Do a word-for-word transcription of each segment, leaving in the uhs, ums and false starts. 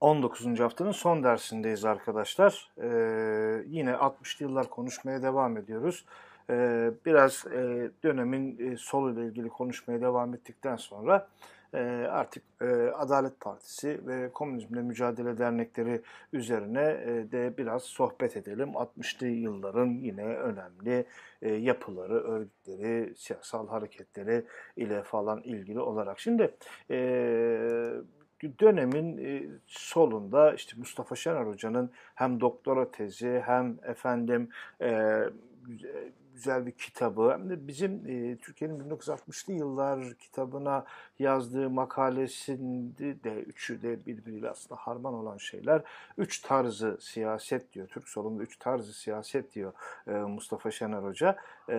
on dokuzuncu haftanın son dersindeyiz arkadaşlar. Ee, yine altmışlı yıllar konuşmaya devam ediyoruz. Ee, biraz e, dönemin e, solu ile ilgili konuşmaya devam ettikten sonra e, artık e, Adalet Partisi ve Komünizmle Mücadele Dernekleri üzerine e, de biraz sohbet edelim. altmışlı yılların yine önemli e, yapıları, örgütleri, siyasal hareketleri ile falan ilgili olarak. Şimdi e, dönemin e, solunda işte Mustafa Şener Hoca'nın hem doktora tezi hem efendim e, güzel bir kitabı hem de bizim e, Türkiye'nin bin dokuz yüz altmışlı yıllar kitabına yazdığı makalesinde de üçü de birbiriyle aslında harman olan şeyler. Üç tarzı siyaset diyor. Türk solunda üç tarzı siyaset diyor e, Mustafa Şener Hoca. E,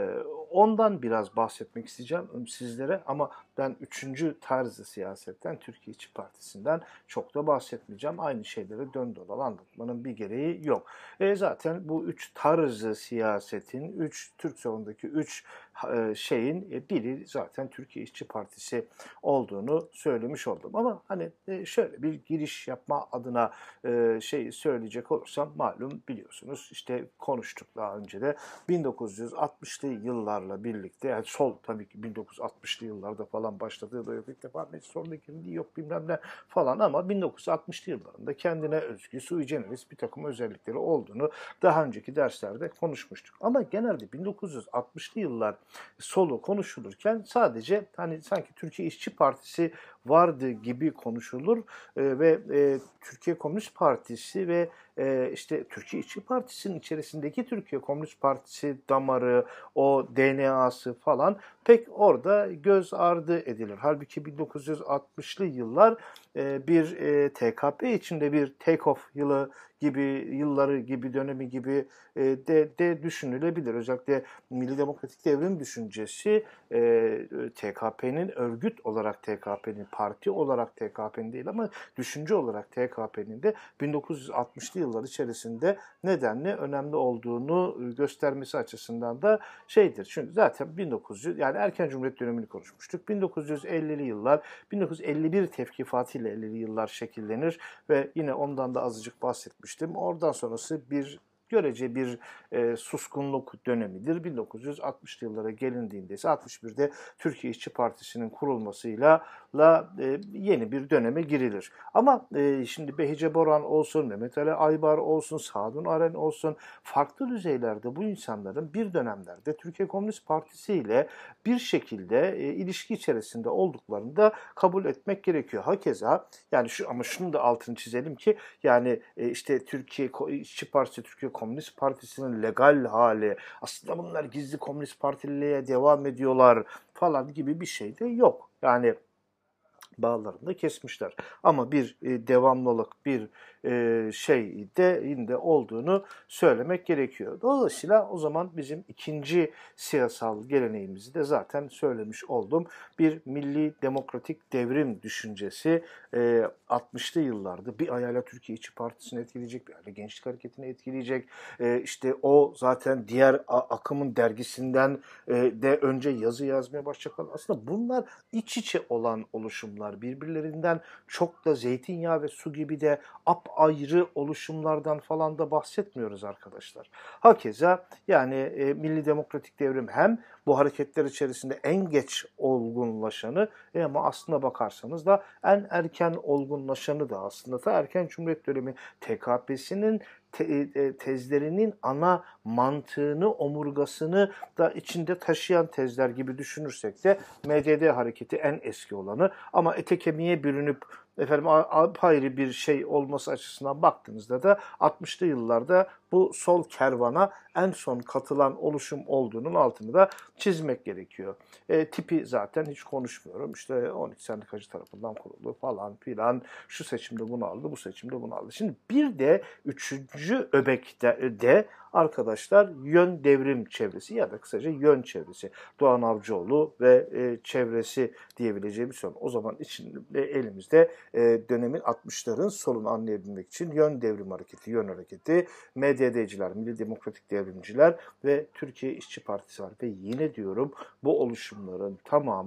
ondan biraz bahsetmek isteyeceğim sizlere ama ben üçüncü tarzı siyasetten, Türkiye İşçi Partisi'nden çok da bahsetmeyeceğim. Aynı şeylere dön dolal anlatmanın bir gereği yok. E zaten bu üç tarzı siyasetin, üç Türk solundaki üç e, şeyin e, biri zaten Türkiye İşçi Partisi olduğunu söylemiş oldum. Ama hani e, şöyle bir giriş yapma adına e, şey söyleyecek olursam malum biliyorsunuz işte konuştuk daha önce de bin dokuz yüz altmışlı yıllarla birlikte yani sol tabii ki bin dokuz yüz altmışlı yıllarda falan başladığı da yok ilk defa meclis soruna girdiği yok bilmem ne falan ama bin dokuz yüz altmışlı yıllarında kendine özgü sui generis bir takım özellikleri olduğunu daha önceki derslerde konuşmuştuk. Ama genelde bin dokuz yüz altmışlı yıllar solu konuşulurken sadece hani sanki Türkiye İşçi Partisi vardı gibi konuşulur e, ve e, Türkiye Komünist Partisi ve e, işte Türkiye İşçi Partisi'nin içerisindeki Türkiye Komünist Partisi damarı, o D N A'sı falan pek orada göz ardı edilir. Halbuki bin dokuz yüz altmışlı yıllar e, bir e, T K P içinde bir take-off yılı gibi yılları gibi dönemi gibi e, de, de düşünülebilir. Özellikle Milli Demokratik Devrim düşüncesi e, T K P'nin örgüt olarak T K P'nin parti olarak T K P'nin değil ama düşünce olarak T K P'nin de bin dokuz yüz altmışlı yıllar içerisinde nedenli önemli olduğunu göstermesi açısından da şeydir. Çünkü zaten bin dokuz yüz yani erken Cumhuriyet dönemini konuşmuştuk. bin dokuz yüz ellili yıllar bin dokuz yüz elli bir tevkifatı ile ellili yıllar şekillenir ve yine ondan da azıcık bahsetmiştim. Oradan sonrası bir görece bir e, suskunluk dönemidir. bin dokuz yüz altmışlı yıllara gelindiğinde ise altmış birde Türkiye İşçi Partisi'nin kurulmasıyla la, e, yeni bir döneme girilir. Ama e, şimdi Behice Boran olsun, Mehmet Ali Aybar olsun, Sadun Aren olsun farklı düzeylerde bu insanların bir dönemlerde Türkiye Komünist Partisi ile bir şekilde e, ilişki içerisinde olduklarını da kabul etmek gerekiyor. Hakeza yani şu ama şunu da altını çizelim ki yani e, işte Türkiye İşçi Partisi, Türkiye Komünist Partisi'nin legal hali, aslında bunlar gizli komünist partililiğe devam ediyorlar falan gibi bir şey de yok. Yani bağlarını da kesmişler. Ama bir e, devamlılık, bir e, şey de yine olduğunu söylemek gerekiyor. Dolayısıyla o zaman bizim ikinci siyasal geleneğimizi de zaten söylemiş oldum. Bir milli demokratik devrim düşüncesi e, altmışlı yıllarda bir ayağıyla Türkiye İşçi Partisi'ni etkileyecek, bir ayağıyla Gençlik Hareketi'ni etkileyecek. E, işte o zaten diğer akımın dergisinden e, de önce yazı yazmaya başlayacak. Aslında bunlar iç içe olan oluşumlar. Birbirlerinden çok da zeytinyağı ve su gibi de apayrı oluşumlardan falan da bahsetmiyoruz arkadaşlar. Hakeza yani e, Milli Demokratik Devrim hem bu hareketler içerisinde en geç olgunlaşanı e, ama aslında bakarsanız da en erken olgunlaşanı da aslında ta erken Cumhuriyet dönemi T K P'sinin te, tezlerinin ana mantığını, omurgasını da içinde taşıyan tezler gibi düşünürsek de M D D hareketi en eski olanı ama ete kemiğe bürünüp efendim apayrı bir şey olması açısından baktığınızda da altmışlı yıllarda bu sol kervana en son katılan oluşum olduğunun altını da çizmek gerekiyor. E, tipi zaten hiç konuşmuyorum. İşte on iki sendikacı tarafından kuruldu falan filan. Şu seçimde bunu aldı, bu seçimde bunu aldı. Şimdi bir de üçüncü öbekte de arkadaşlar yön devrim çevresi ya da kısaca yön çevresi. Doğan Avcıoğlu ve e, çevresi diyebileceğimiz son. O zaman içinde elimizde e, dönemin altmışların solunu anlayabilmek için yön devrim hareketi, yön hareketi, M D D'ciler, Milli Demokratik Devrimciler ve Türkiye İşçi Partisi var. Ve yine diyorum bu oluşumların tamamı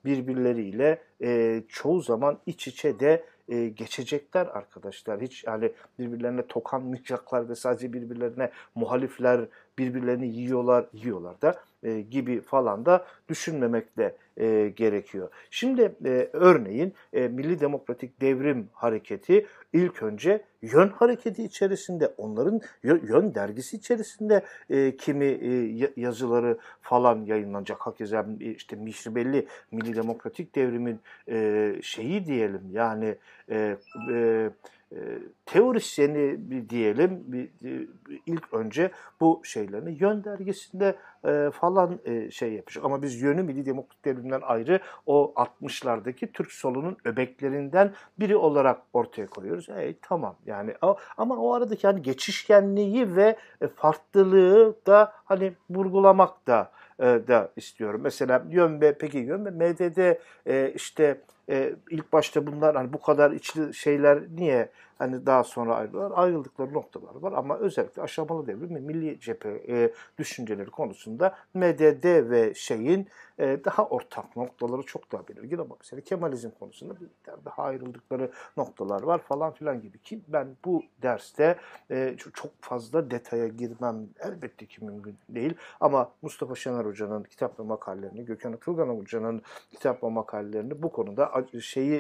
birbirleriyle e, çoğu zaman iç içe de e, geçecekler arkadaşlar. Hiç yani birbirlerine tokanmayacaklar ve sadece birbirlerine muhalifler, birbirlerini yiyorlar, yiyorlar da e, gibi falan da düşünmemek de e, gerekiyor. Şimdi e, örneğin e, Milli Demokratik Devrim Hareketi ilk önce Yön Hareketi içerisinde, onların Yön dergisi içerisinde e, kimi e, yazıları falan yayınlanacak. Hakeza işte Mihribelli Milli Demokratik Devrim'in e, şeyi diyelim yani e, e, e, teorisyeni bir diyelim bir, e, ilk önce bu şeylerini Yön dergisinde e, falan e, şey yapacak. Ama biz Yön'ü Milli Demokratik Devrim'den ayrı o altmışlardaki Türk solunun öbeklerinden biri olarak ortaya koyuyoruz. E, tamam yani ama o aradaki hani geçişkenliği ve farklılığı da hani vurgulamak da da istiyorum. Mesela Yön ve peki Yön ve M D D e, işte e, ilk başta bunlar hani bu kadar içli şeyler niye hani daha sonra ayrılıyorlar? Ayrıldıkları noktalar var ama özellikle aşamalı devrim ve milli cephe e, düşünceleri konusunda M D D ve şeyin e, daha ortak noktaları çok daha belirgin ama mesela Kemalizm konusunda bir daha ayrıldıkları noktalar var falan filan gibi ki ben bu derste e, çok fazla detaya girmem elbette ki mümkün değil ama Mustafa Şener Hoca'nın kitap ve makalelerini, Gökhan Atılgan Hoca'nın kitap ve makalelerini bu konuda şeyi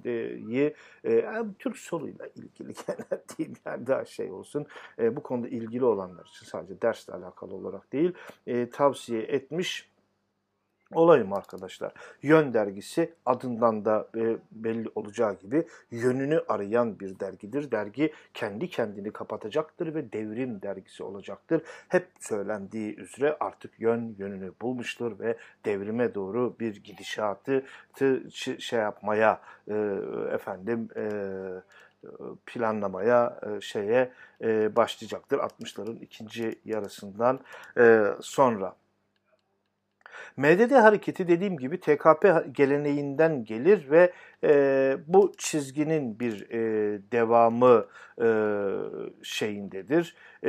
e, e, Türk soluyla ilgili genel değil yani daha şey olsun e, bu konuda ilgili olanlar için sadece dersle alakalı olarak değil e, tavsiye etmiş olayım arkadaşlar. Yön dergisi adından da e, belli olacağı gibi yönünü arayan bir dergidir. Dergi kendi kendini kapatacaktır ve devrim dergisi olacaktır. Hep söylendiği üzere artık yön yönünü bulmuştur ve devrime doğru bir gidişatı şey yapmaya e, efendim e, planlamaya şeye e, başlayacaktır altmışların ikinci yarısından e, sonra. M D D hareketi dediğim gibi T K P geleneğinden gelir ve e, bu çizginin bir e, devamı e, şeyindedir. E,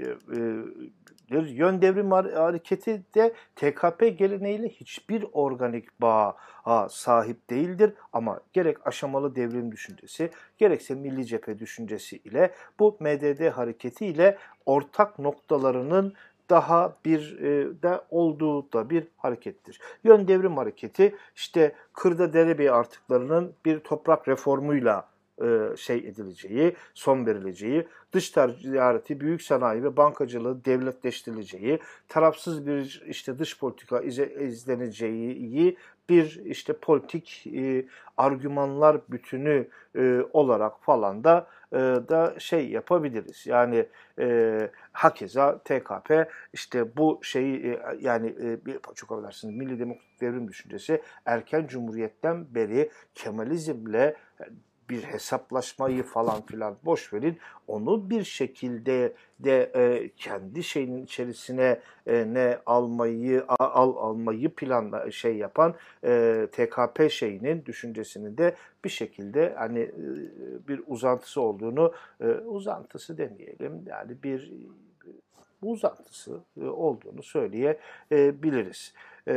e, Yön devrim hareketi de T K P geleneğiyle hiçbir organik bağa sahip değildir ama gerek aşamalı devrim düşüncesi gerekse milli cephe düşüncesi ile bu M D D hareketi ile ortak noktalarının daha bir e, de olduğu da bir harekettir. Yön devrim hareketi işte kırda derebey artıklarının bir toprak reformuyla e, şey edileceği, son verileceği, dış ticareti, büyük sanayi ve bankacılığı devletleştirileceği, tarafsız bir işte dış politika iz, izleneceği bir işte politik e, argümanlar bütünü e, olarak falan da e, da şey yapabiliriz. Yani e, hakeza T K P işte bu şeyi e, yani e, bir çok affedersiniz Milli Demokratik Devrim düşüncesi erken Cumhuriyet'ten beri Kemalizmle bir hesaplaşmayı falan filan boş verin. Onu bir şekilde de e, kendi şeyinin içerisine e, ne almayı al almayı planla şey yapan e, T K P şeyinin düşüncesinin de bir şekilde hani e, bir uzantısı olduğunu e, uzantısı demeyelim yani bir uzantısı e, olduğunu söyleyebiliriz.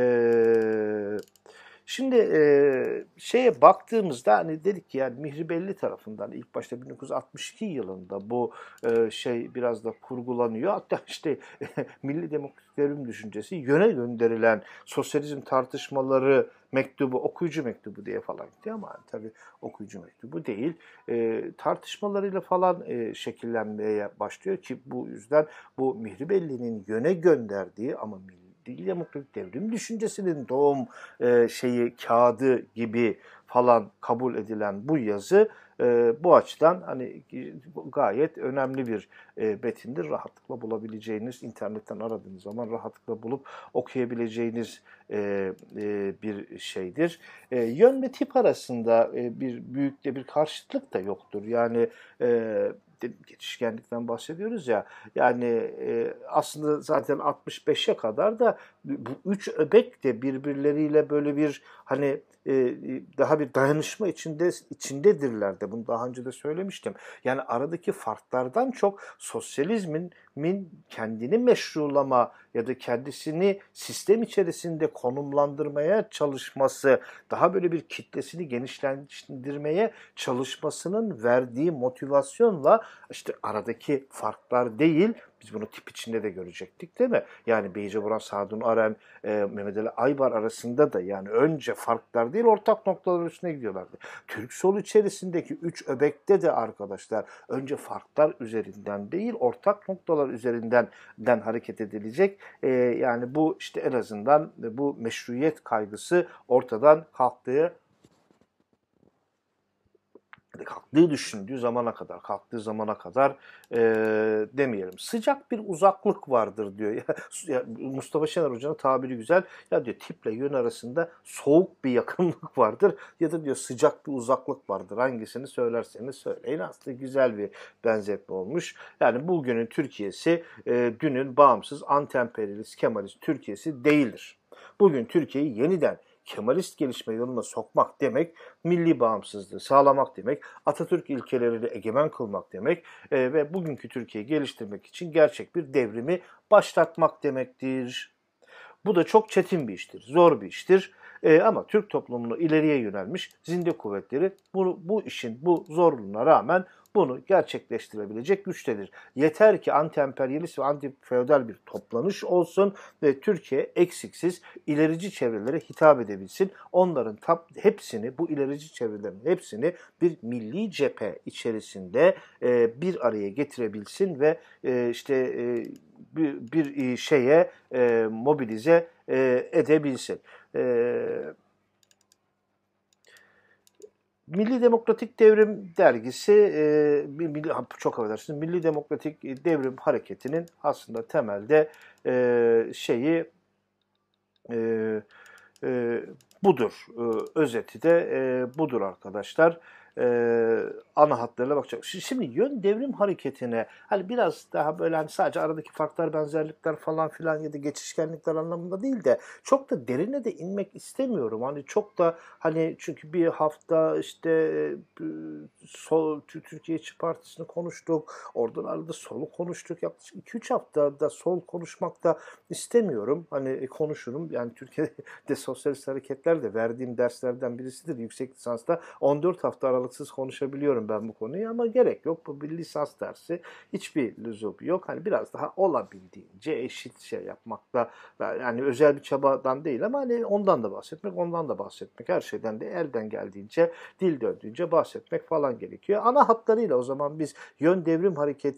E, Şimdi e, şeye baktığımızda hani dedik ki yani Mihribelli tarafından ilk başta bin dokuz yüz altmış iki yılında bu e, şey biraz da kurgulanıyor. Hatta işte Milli Demokratik Devrim düşüncesi yöne gönderilen sosyalizm tartışmaları mektubu, okuyucu mektubu diye falan gitti ama tabii okuyucu mektubu değil. E, tartışmalarıyla falan e, şekillenmeye başlıyor ki bu yüzden bu Mihribelli'nin yöne gönderdiği ama Milli Demokratik Devrim düşüncesinin doğum e, şeyi kağıdı gibi falan kabul edilen bu yazı e, bu açıdan hani gayet önemli bir e, metindir. Rahatlıkla bulabileceğiniz, internetten aradığınız zaman rahatlıkla bulup okuyabileceğiniz e, e, bir şeydir. E, yön ve tip arasında e, bir büyük de bir karşıtlık da yoktur. Yani e, geçişkenlikten bahsediyoruz ya. Yani e, aslında zaten altmış beşe kadar da bu üç öbek de birbirleriyle böyle bir hani e, daha bir dayanışma içinde içindedirler de. Bunu daha önce de söylemiştim. Yani aradaki farklardan çok sosyalizmin min kendini meşrulama ya da kendisini sistem içerisinde konumlandırmaya çalışması, daha böyle bir kitlesini genişlendirmeye çalışmasının verdiği motivasyonla işte aradaki farklar değil, biz bunu tip içinde de görecektik değil mi? Yani Beyce Boran, Sadun Aren, e, Mehmet Ali Aybar arasında da yani önce farklar değil ortak noktalar üstüne gidiyorlardı. Türk sol içerisindeki üç öbekte de arkadaşlar önce farklar üzerinden değil ortak noktalar üzerinden den hareket edilecek. E, yani bu işte en azından bu meşruiyet kaygısı ortadan kalktığı kalktığı düşündüğü zamana kadar, kalktığı zamana kadar e, demeyelim. Sıcak bir uzaklık vardır diyor. Ya, ya, Mustafa Şener Hoca'nın tabiri güzel. Ya diyor tiple yön arasında soğuk bir yakınlık vardır ya da diyor sıcak bir uzaklık vardır. Hangisini söylerseniz söyleyin. Aslında güzel bir benzetme olmuş. Yani bugünün Türkiye'si e, dünün bağımsız, anti-emperyalist, Kemalist Türkiye'si değildir. Bugün Türkiye'yi yeniden Kemalist gelişme yoluna sokmak demek, milli bağımsızlığı sağlamak demek, Atatürk ilkeleriyle egemen kılmak demek e, ve bugünkü Türkiye'yi geliştirmek için gerçek bir devrimi başlatmak demektir. Bu da çok çetin bir iştir, zor bir iştir. E, ama Türk toplumunu ileriye yönelmiş zinde kuvvetleri bu, bu işin bu zorluğuna rağmen bunu gerçekleştirebilecek güçtedir. Yeter ki anti-emperyalist ve anti-feodal bir toplanış olsun ve Türkiye eksiksiz ilerici çevrelere hitap edebilsin. Onların tap, hepsini, bu ilerici çevrelerin hepsini bir milli cephe içerisinde e, bir araya getirebilsin ve e, işte e, bir, bir şeye e, mobilize e, edebilsin. E, Milli Demokratik Devrim dergisi, e, çok affedersiniz, Milli Demokratik Devrim Hareketi'nin aslında temelde e, şeyi e, e, budur. E, özeti de e, budur arkadaşlar. Ee, ana hatlarıyla bakacak. Şimdi yön devrim hareketine hani biraz daha böyle hani sadece aradaki farklar, benzerlikler falan filan ya da geçişkenlikler anlamında değil de çok da derine de inmek istemiyorum. Hani çok da hani çünkü bir hafta işte sol Türkiye İşçi Partisi'ni konuştuk. Oradan arada solu konuştuk. Yaklaşık iki üç haftada sol konuşmak da istemiyorum. Hani konuşurum. Yani Türkiye'de sosyalist hareketler de verdiğim derslerden birisidir. Yüksek lisansta on dört hafta aralıksız konuşabiliyorum ben bu konuyu ama gerek yok. Bu bir lisans dersi. Hiçbir lüzum yok. Hani biraz daha olabildiğince eşit şey yapmakta yani özel bir çabadan değil ama hani ondan da bahsetmek, ondan da bahsetmek. Her şeyden de elden geldiğince, dil döndüğünce bahsetmek falan gerekiyor. Ana hatlarıyla o zaman biz yön devrim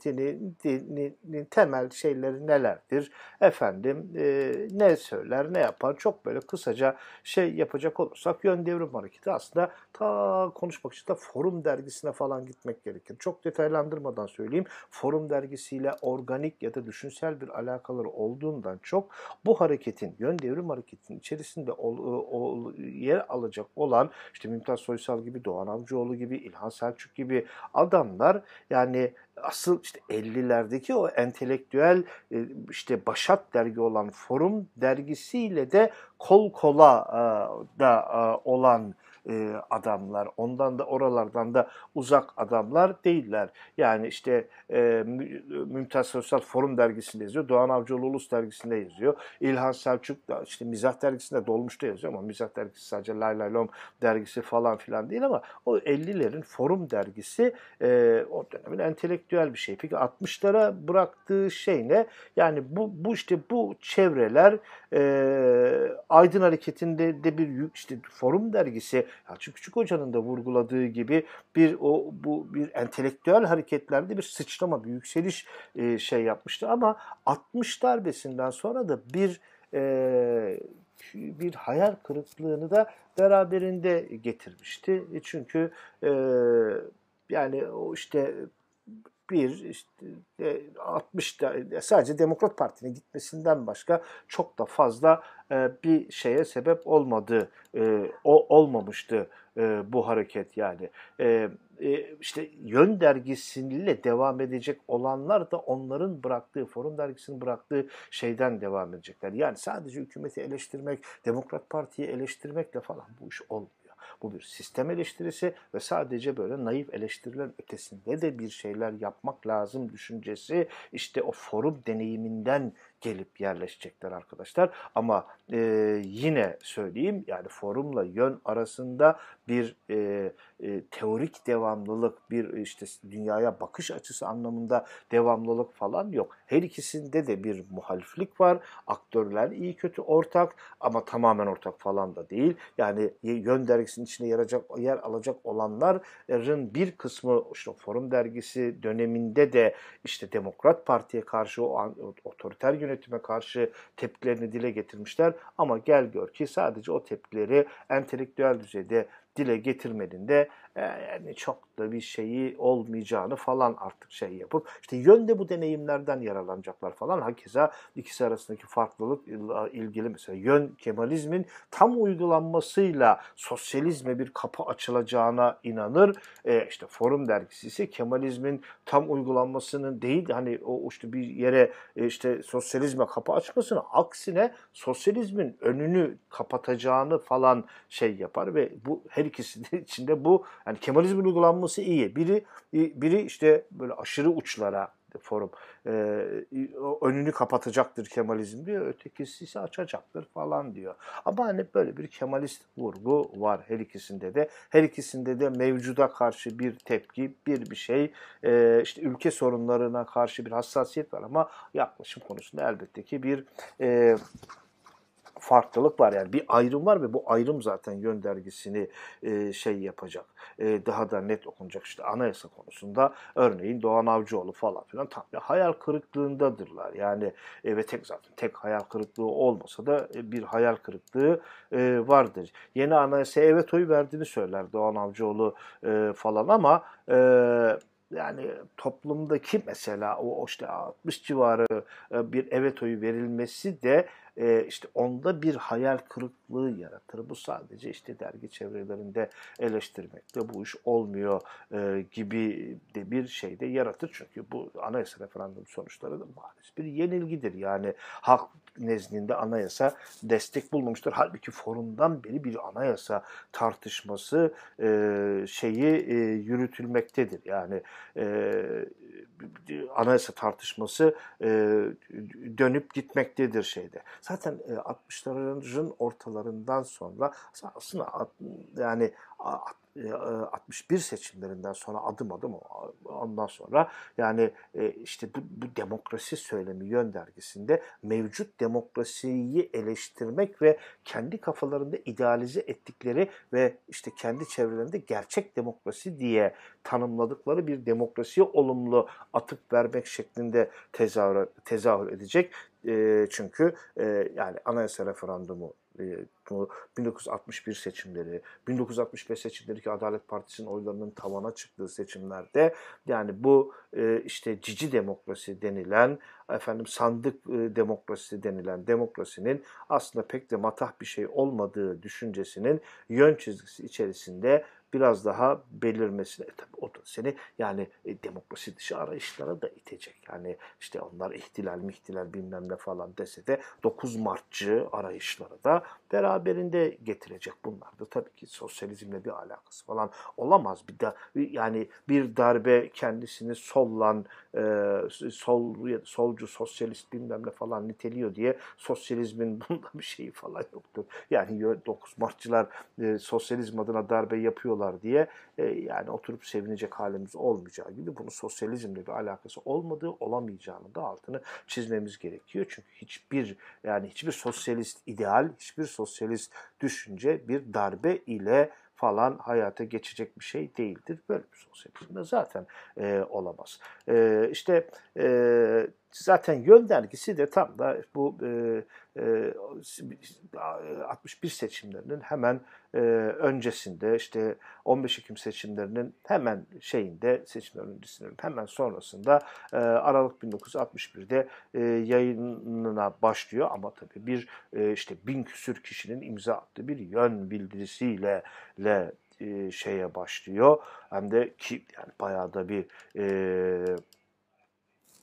hareketinin temel şeyleri nelerdir? Efendim e, ne söyler, ne yapar? Çok böyle kısaca şey yapacak olursak yön devrim hareketi aslında ta konuşmak için de Forum dergisine falan gitmek gerekir. Çok detaylandırmadan söyleyeyim. Forum dergisiyle organik ya da düşünsel bir alakaları olduğundan çok bu hareketin, yön devrim hareketinin içerisinde ol, ol, yer alacak olan işte Mümtaz Soysal gibi, Doğan Avcıoğlu gibi, İlhan Selçuk gibi adamlar yani asıl işte ellilerdeki o entelektüel işte başat dergi olan Forum dergisiyle de kol kola da olan adamlar. Ondan da oralardan da uzak adamlar değiller. Yani işte e, Mümtaz Soysal Forum dergisinde yazıyor. Doğan Avcıoğlu Ulus dergisinde yazıyor. İlhan Selçuk da işte Mizah dergisinde Dolmuş'ta yazıyor ama Mizah dergisi sadece Lay Lay Lom dergisi falan filan değil ama o ellilerin Forum dergisi e, o dönemin entelektüel bir şey. Peki altmışlara bıraktığı şey ne? Yani bu, bu işte bu çevreler e, Aydın Hareketi'nde de bir işte Forum dergisi Yalçın Küçük Hoca'nın da vurguladığı gibi bir o bu bir entelektüel hareketlerde bir sıçrama, bir yükseliş e, şey yapmıştı ama altmış darbesinden sonra da bir e, bir hayal kırıklığını da beraberinde getirmişti. E, çünkü e, yani o işte bir işte altmışta sadece Demokrat Parti'nin gitmesinden başka çok da fazla bir şeye sebep olmadı, o olmamıştı bu hareket yani. İşte Yön dergisiyle devam edecek olanlar da onların bıraktığı, Forum dergisinin bıraktığı şeyden devam edecekler. Yani sadece hükümeti eleştirmek, Demokrat Parti'yi eleştirmekle falan bu iş olmuyor. Bu bir sistem eleştirisi ve sadece böyle naif eleştirilen ötesinde de bir şeyler yapmak lazım düşüncesi işte o forum deneyiminden gelip yerleşecekler arkadaşlar. Ama e, yine söyleyeyim, yani forumla yön arasında bir e, e, teorik devamlılık, bir işte dünyaya bakış açısı anlamında devamlılık falan yok. Her ikisinde de bir muhaliflik var. Aktörler iyi kötü ortak ama tamamen ortak falan da değil. Yani Yön dergisinin içine yer alacak, yer alacak olanların bir kısmı işte Forum dergisi döneminde de işte Demokrat Parti'ye karşı, o otoriter yönetime karşı tepkilerini dile getirmişler. Ama gel gör ki sadece o tepkileri entelektüel düzeyde dile getirmenin de e, yani çok da bir şeyi olmayacağını falan artık şey yapıp işte Yönde bu deneyimlerden yararlanacaklar falan. Hakeza ikisi arasındaki farklılıkla ilgili mesela Yön Kemalizmin tam uygulanmasıyla sosyalizme bir kapı açılacağına inanır. E, işte Forum dergisi ise Kemalizmin tam uygulanmasının değil, hani o işte bir yere e, işte sosyalizme kapı açmasını, aksine sosyalizmin önünü kapatacağını falan şey yapar ve bu her ikisinin içinde bu yani Kemalizmin uygulanması iyi. Biri biri işte böyle aşırı uçlara Forum e, önünü kapatacaktır Kemalizm diyor. Ötekisi ise açacaktır falan diyor. Ama hani böyle bir Kemalist vurgu var her ikisinde de. Her ikisinde de mevcuda karşı bir tepki, bir bir şey, e, işte ülke sorunlarına karşı bir hassasiyet var ama yaklaşım konusunda elbette ki bir e, farklılık var, yani bir ayrım var ve bu ayrım zaten Yön dergisini e, şey yapacak, e, daha da net okunacak. İşte anayasa konusunda örneğin Doğan Avcıoğlu falan filan tam bir hayal kırıklığındadırlar. Yani e, ve tek zaten tek hayal kırıklığı olmasa da e, bir hayal kırıklığı e, vardır. Yeni anayasaya evet oy verdiğini söyler Doğan Avcıoğlu e, falan ama e, yani toplumdaki mesela o işte altmış civarı e, bir evet oyu verilmesi de e, işte onda bir hayal kırıklığı yaratır. Bu sadece işte dergi çevrelerinde eleştirmekle bu iş olmuyor e, gibi de bir şey de yaratır. Çünkü bu anayasa referandum sonuçları da maalesef bir yenilgidir. Yani halk nezdinde anayasa destek bulmamıştır. Halbuki forumdan beri bir anayasa tartışması e, şeyi e, yürütülmektedir. Yani e, anayasa tartışması e, dönüp gitmektedir şeyde. Zaten e, altmışların ortalarından sonra aslında yani altmış bir seçimlerinden sonra adım adım ondan sonra yani işte bu, bu demokrasi söylemi Yön dergisinde mevcut demokrasiyi eleştirmek ve kendi kafalarında idealize ettikleri ve işte kendi çevrelerinde gerçek demokrasi diye tanımladıkları bir demokrasiye olumlu atıp vermek şeklinde tezahür, tezahür edecek. E, çünkü e, yani anayasa referandumu, e, bu bin dokuz yüz altmış bir seçimleri, bin dokuz yüz altmış beş seçimleri ki Adalet Partisi'nin oylarının tavana çıktığı seçimlerde yani bu e, işte cici demokrasi denilen, efendim sandık e, demokrasi denilen demokrasinin aslında pek de matah bir şey olmadığı düşüncesinin Yön çizgisi içerisinde biraz daha belirmesine, e, tabii o da seni yani e, demokrasi dışı arayışlara da itecek. Yani işte onlar ihtilal mihtilal bilmem ne falan dese de dokuz Martçı arayışları da beraberinde getirecek. Bunlar da tabii ki sosyalizmle bir alakası falan olamaz. Bir de yani bir darbe kendisini sollan e, sol solcu sosyalist bilmem ne falan niteliyor diye sosyalizmin bunda bir şeyi falan yoktur. Yani dokuz Martçılar e, sosyalizm adına darbe yapıyorlar diye e, yani oturup sevinecek halimiz olmayacağı gibi bunu sosyalizmle bir alakası olmadığı, olamayacağını da altını çizmemiz gerekiyor. Çünkü hiçbir yani hiçbir sosyalist ideal, hiçbir sosyalist düşünce bir darbe ile falan hayata geçecek bir şey değildir. Böyle bir sosyalizm de zaten e, olamaz. E, işte e, zaten Yön dergisi de tam da bu e, e, altmış bir seçimlerinin hemen e, öncesinde, işte on beş Ekim seçimlerinin hemen şeyinde, seçimler öncesinde hemen sonrasında e, Aralık bin dokuz yüz altmış birde e, yayınına başlıyor ama tabii bir e, işte bin küsür kişinin imza attığı bir Yön bildirisiyle le, e, şeye başlıyor. Hem de ki yani bayağı da bir e,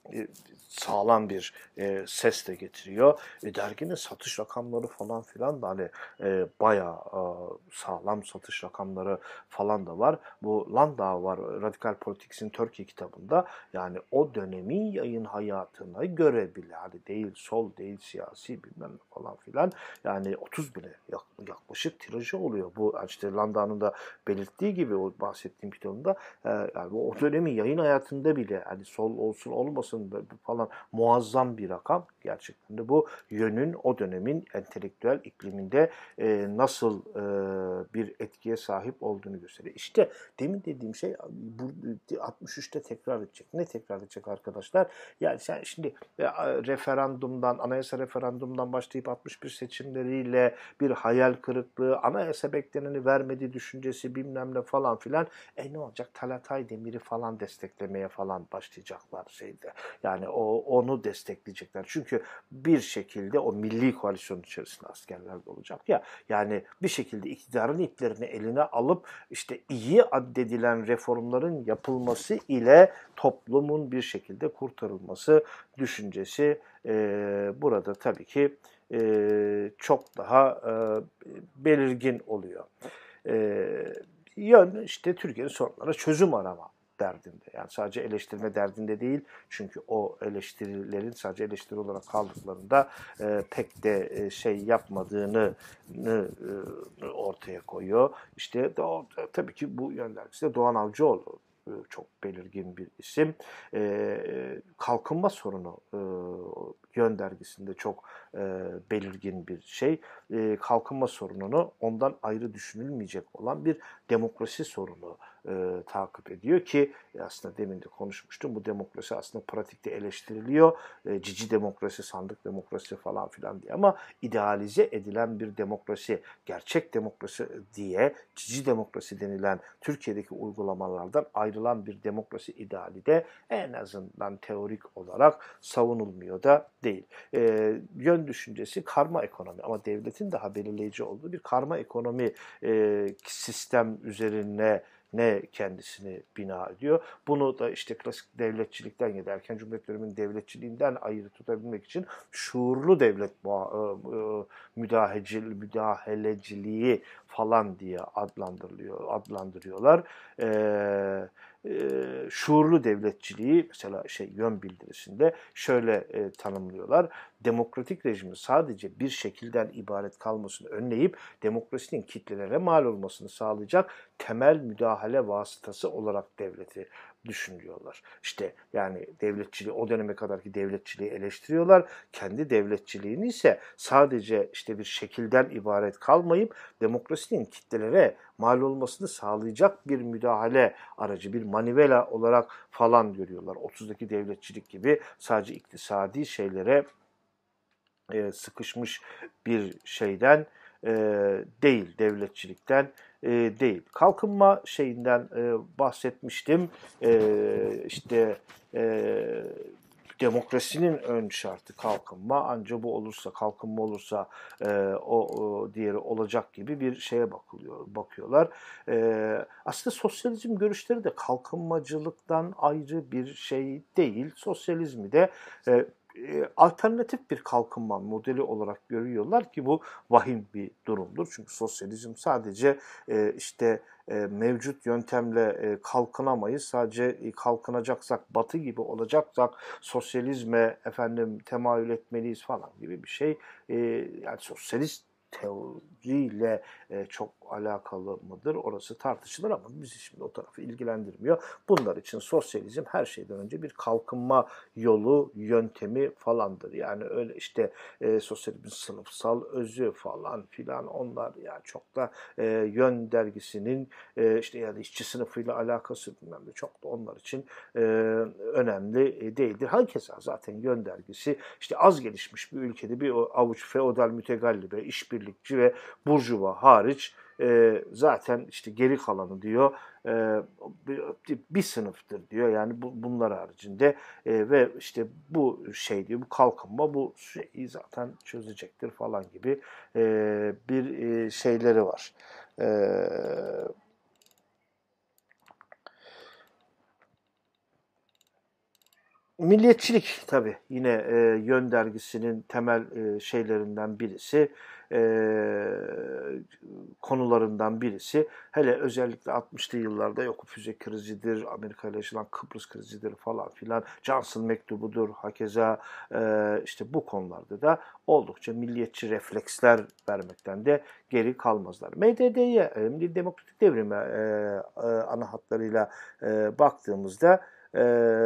e, sağlam bir e, ses de getiriyor. E, derginin satış rakamları falan filan da hani e, bayağı e, sağlam satış rakamları falan da var. Bu Landau var Radical Politics in Turkey kitabında. Yani o dönemin yayın hayatına göre bile hani değil sol değil siyasi bilmem ne falan filan yani otuz bine yaklaşık tirajı oluyor. Bu işte Landau'nun da belirttiği gibi o bahsettiğim kitabında e, yani o dönemin yayın hayatında bile hani sol olsun olmasın falan muazzam bir rakam. Gerçekten de bu yönün o dönemin entelektüel ikliminde e, nasıl e, bir etkiye sahip olduğunu gösteriyor. İşte demin dediğim şey bu altmış üçte tekrar edecek. Ne tekrar edecek arkadaşlar? Yani sen şimdi e, referandumdan, anayasa referandumdan başlayıp altmış bir seçimleriyle bir hayal kırıklığı, anayasa bekleneni vermediği düşüncesi bilmem ne falan filan. E ne olacak? Talat Aydemir'i falan desteklemeye falan başlayacaklar şeyde. Yani o onu destekleyecekler. Çünkü bir şekilde o milli koalisyon içerisinde askerler de olacak ya. Yani bir şekilde iktidarın iplerini eline alıp işte iyi addedilen reformların yapılması ile toplumun bir şekilde kurtarılması düşüncesi e, burada tabii ki e, çok daha e, belirgin oluyor. E, yön işte Türkiye'nin sorunlara çözüm arama derdinde. Yani sadece eleştirme derdinde değil. Çünkü o eleştirilerin sadece eleştiri olarak kaldıklarında e, pek de e, şey yapmadığını e, ortaya koyuyor. İşte o, tabii ki bu yönlerinde Doğan Avcıoğlu çok belirgin bir isim. E, kalkınma sorunu e, Yön dergisinde çok e, belirgin bir şey. E, kalkınma sorununu ondan ayrı düşünülmeyecek olan bir demokrasi sorunu e, takip ediyor ki e, aslında demin de konuşmuştum. Bu demokrasi aslında pratikte eleştiriliyor. E, cici demokrasi, sandık demokrasi falan filan diye ama idealize edilen bir demokrasi, gerçek demokrasi diye cici demokrasi denilen Türkiye'deki uygulamalardan ayrılan bir demokrasi ideali de en azından teorik olarak savunulmuyor da değil. E, yön düşüncesi karma ekonomi ama devletin daha belirleyici olduğu bir karma ekonomi e, sistem üzerine ne kendisini bina ediyor. Bunu da işte klasik devletçilikten ya da erken cumhuriyet döneminin devletçiliğinden ayrı tutabilmek için şuurlu devlet müdahale, müdahaleciliği falan diye adlandırılıyor, adlandırıyorlar. Ee, e, şuurlu devletçiliği mesela şey yön bildirisinde şöyle e, tanımlıyorlar. Demokratik rejimin sadece bir şekilden ibaret kalmasını önleyip demokrasinin kitlelere mal olmasını sağlayacak temel müdahale vasıtası olarak devleti düşünüyorlar. İşte yani devletçiliği o döneme kadarki devletçiliği eleştiriyorlar. Kendi devletçiliğini ise sadece işte bir şekilden ibaret kalmayıp demokrasinin kitlelere mal olmasını sağlayacak bir müdahale aracı, bir manivela olarak falan görüyorlar. otuzdaki devletçilik gibi sadece iktisadi şeylere e, sıkışmış bir şeyden e, değil, devletçilikten e, değil. Kalkınma şeyinden e, bahsetmiştim. E, işte e, demokrasinin ön şartı kalkınma. Ancak bu olursa, kalkınma olursa e, o, o diğeri olacak gibi bir şeye bakılıyor, bakıyorlar. E, aslında sosyalizm görüşleri de kalkınmacılıktan ayrı bir şey değil. Sosyalizmi de e, alternatif bir kalkınma modeli olarak görüyorlar ki bu vahim bir durumdur. Çünkü sosyalizm sadece e, işte e, mevcut yöntemle e, kalkınamayız. Sadece e, kalkınacaksak, batı gibi olacaksak sosyalizme efendim temayül etmeliyiz falan gibi bir şey. E, yani sosyalist teoriyle e, çok alakalı mıdır? Orası tartışılır ama bizi şimdi o tarafı ilgilendirmiyor. Bunlar için sosyalizm her şeyden önce bir kalkınma yolu, yöntemi falandır. Yani öyle işte e, sosyalizmin sınıfsal özü falan filan onlar yani çok da e, Yön dergisinin e, işte ya da işçi sınıfıyla alakası bilmem de çok da onlar için e, önemli değildir. Herkese zaten Yön dergisi işte az gelişmiş bir ülkede bir avuç feodal mütegallibe, işbirlikçi ve burjuva hariç e, zaten işte geri kalanı diyor e, bir, bir sınıftır diyor. Yani bu, bunlar haricinde e, ve işte bu şey diyor, bu kalkınma bu şeyi zaten çözecektir falan gibi e, bir e, şeyleri var. E, Milliyetçilik tabii yine e, Yön dergisinin temel e, şeylerinden birisi, e, konularından birisi. Hele özellikle altmışlı yıllarda yok füze krizidir, Amerika ile yaşanan Kıbrıs krizidir falan filan, Johnson mektubudur, hakeza e, işte bu konularda da oldukça milliyetçi refleksler vermekten de geri kalmazlar. M D D'ye, e, Milli Demokratik Devrim'e e, e, ana hatlarıyla e, baktığımızda e,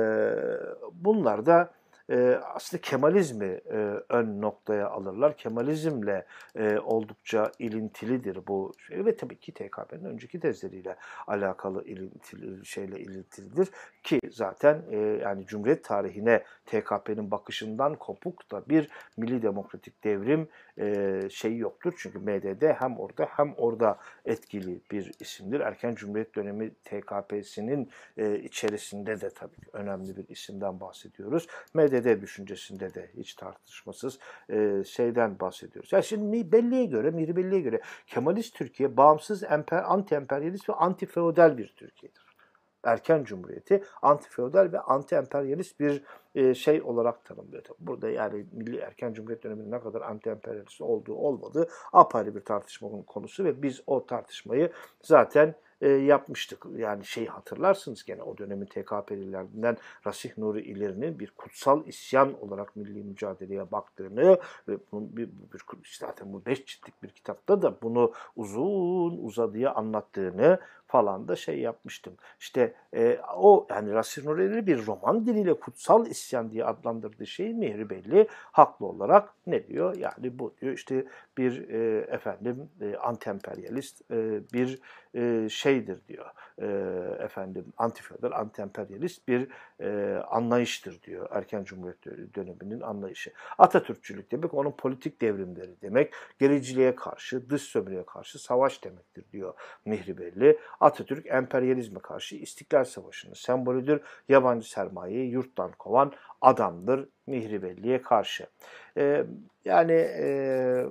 bunlar da e, aslında Kemalizmi e, ön noktaya alırlar. Kemalizmle e, oldukça ilintilidir bu şey ve tabii ki T K P'nin önceki tezleriyle alakalı ilintili şeyle ilintilidir ki zaten e, yani Cumhuriyet tarihine T K P'nin bakışından kopuk da bir Milli Demokratik Devrim e, şeyi yoktur. Çünkü M D D hem orada hem orada etkili bir isimdir. Erken Cumhuriyet dönemi T K P'sinin e, içerisinde de tabii önemli bir isimden bahsediyoruz. M D D düşüncesinde de hiç tartışmasız e, şeyden bahsediyoruz. Yani şimdi belliye göre, Mihri Belli'ye göre Kemalist Türkiye bağımsız, emper, anti-emperyalist ve anti-feodal bir Türkiye'dir. Erken Cumhuriyeti anti-feodal ve anti-emperyalist bir e, şey olarak tanımlıyor. Burada yani Milli Erken Cumhuriyet döneminin ne kadar anti-emperyalist olduğu olmadığı apayrı bir tartışmanın konusu ve biz o tartışmayı zaten e, yapmıştık. Yani şey hatırlarsınız gene o dönemin T K P'lilerinden Rasih Nuri İleri'nin bir kutsal isyan olarak milli mücadeleye baktığını ve bunun bir, bir, zaten bu beş ciltlik bir kitapta da bunu uzun uzadıya anlattığını falan da şey yapmıştım. İşte e, o yani Rasih Nuri'nin bir roman diliyle kutsal isyan diye adlandırdığı şey Mihri Belli haklı olarak ne diyor? Yani bu diyor işte bir e, efendim e, anti-emperyalist e, bir e, şeydir diyor. E, efendim anti-feodal, anti-emperyalist bir e, anlayıştır diyor. Erken Cumhuriyet döneminin anlayışı. Atatürkçülük demek onun politik devrimleri demek. Gericiliğe karşı, dış sömürüye karşı savaş demektir diyor Mihri Belli. Atatürk emperyalizme karşı İstiklal Savaşı'nın sembolüdür. Yabancı sermayeyi yurttan kovan adamdır Mihri Belli'ye karşı. Ee, yani e,